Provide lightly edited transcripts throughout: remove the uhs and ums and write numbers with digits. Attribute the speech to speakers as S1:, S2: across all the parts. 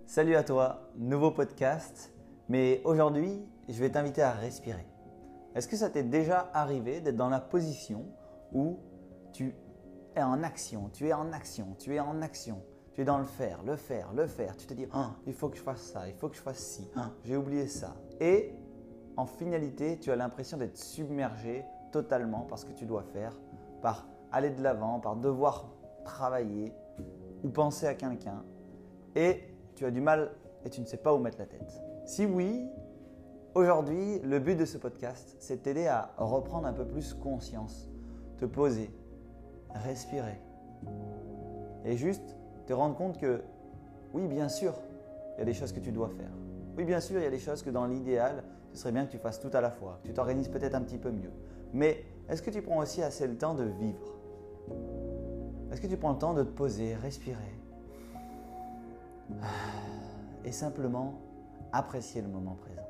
S1: Salut à toi, nouveau podcast, mais aujourd'hui je vais t'inviter à respirer. Est-ce que ça t'est déjà arrivé d'être dans la position où tu es en action, tu es dans le faire, tu te dis il faut que je fasse ça, il faut que je fasse ci, j'ai oublié ça. Et en finalité, tu as l'impression d'être submergé totalement par ce que tu dois faire, par aller de l'avant, par devoir travailler ou penser à quelqu'un. Et tu as du mal et tu ne sais pas où mettre la tête. Si oui, aujourd'hui, le but de ce podcast, c'est de t'aider à reprendre un peu plus conscience, te poser, respirer et juste te rendre compte que oui, bien sûr, il y a des choses que tu dois faire. Oui, bien sûr, il y a des choses que dans l'idéal, ce serait bien que tu fasses tout à la fois, que tu t'organises peut-être un petit peu mieux. Mais est-ce que tu prends aussi assez le temps de vivre? Est-ce que tu prends le temps de te poser, respirer et simplement apprécier le moment présent?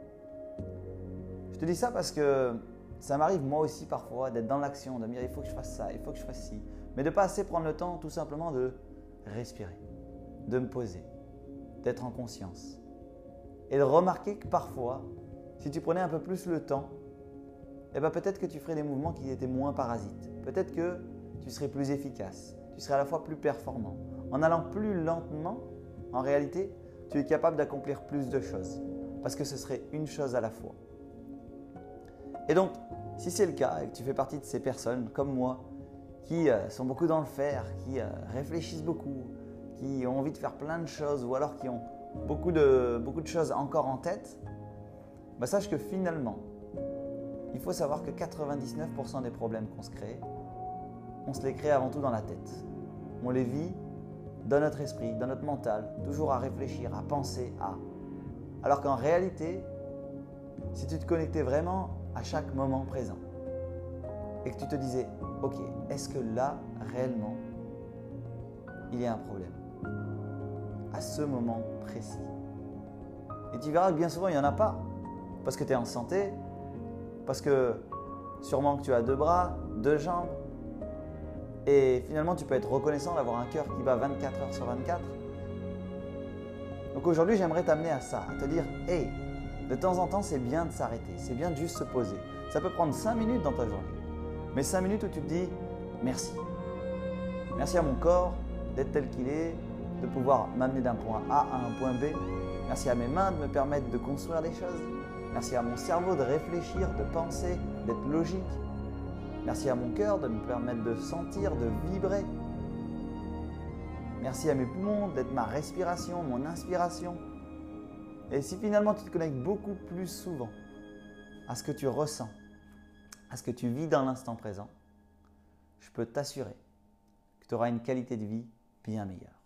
S1: Je te dis ça parce que ça m'arrive moi aussi parfois d'être dans l'action, de me dire il faut que je fasse ça, il faut que je fasse ci, mais de ne pas assez prendre le temps tout simplement de respirer, de me poser, d'être en conscience et de remarquer que parfois, si tu prenais un peu plus le temps, peut-être que tu ferais des mouvements qui étaient moins parasites, peut-être que tu serais plus efficace, tu serais à la fois plus performant. En allant plus lentement, en réalité, tu es capable d'accomplir plus de choses parce que ce serait une chose à la fois. Et donc, si c'est le cas et que tu fais partie de ces personnes comme moi qui sont beaucoup dans le faire, qui réfléchissent beaucoup, qui ont envie de faire plein de choses ou alors qui ont beaucoup de choses encore en tête, sache que finalement, il faut savoir que 99% des problèmes qu'on se crée, on se les crée avant tout dans la tête. On les vit dans notre esprit, dans notre mental, toujours à réfléchir, à penser à. Alors qu'en réalité, si tu te connectais vraiment à chaque moment présent et que tu te disais, ok, est-ce que là, réellement, il y a un problème à ce moment précis? Et tu verras que bien souvent, il n'y en a pas. Parce que tu es en santé, parce que sûrement que tu as 2 bras, 2 jambes, et finalement, tu peux être reconnaissant d'avoir un cœur qui bat 24 heures sur 24. Donc aujourd'hui, j'aimerais t'amener à ça, à te dire, hey, de temps en temps, c'est bien de s'arrêter, c'est bien de juste se poser. Ça peut prendre 5 minutes dans ta journée, mais 5 minutes où tu te dis, merci. Merci à mon corps d'être tel qu'il est, de pouvoir m'amener d'un point A à un point B. Merci à mes mains de me permettre de construire des choses. Merci à mon cerveau de réfléchir, de penser, d'être logique. Merci à mon cœur de me permettre de sentir, de vibrer. Merci à mes poumons d'être ma respiration, mon inspiration. Et si finalement tu te connectes beaucoup plus souvent à ce que tu ressens, à ce que tu vis dans l'instant présent, je peux t'assurer que tu auras une qualité de vie bien meilleure.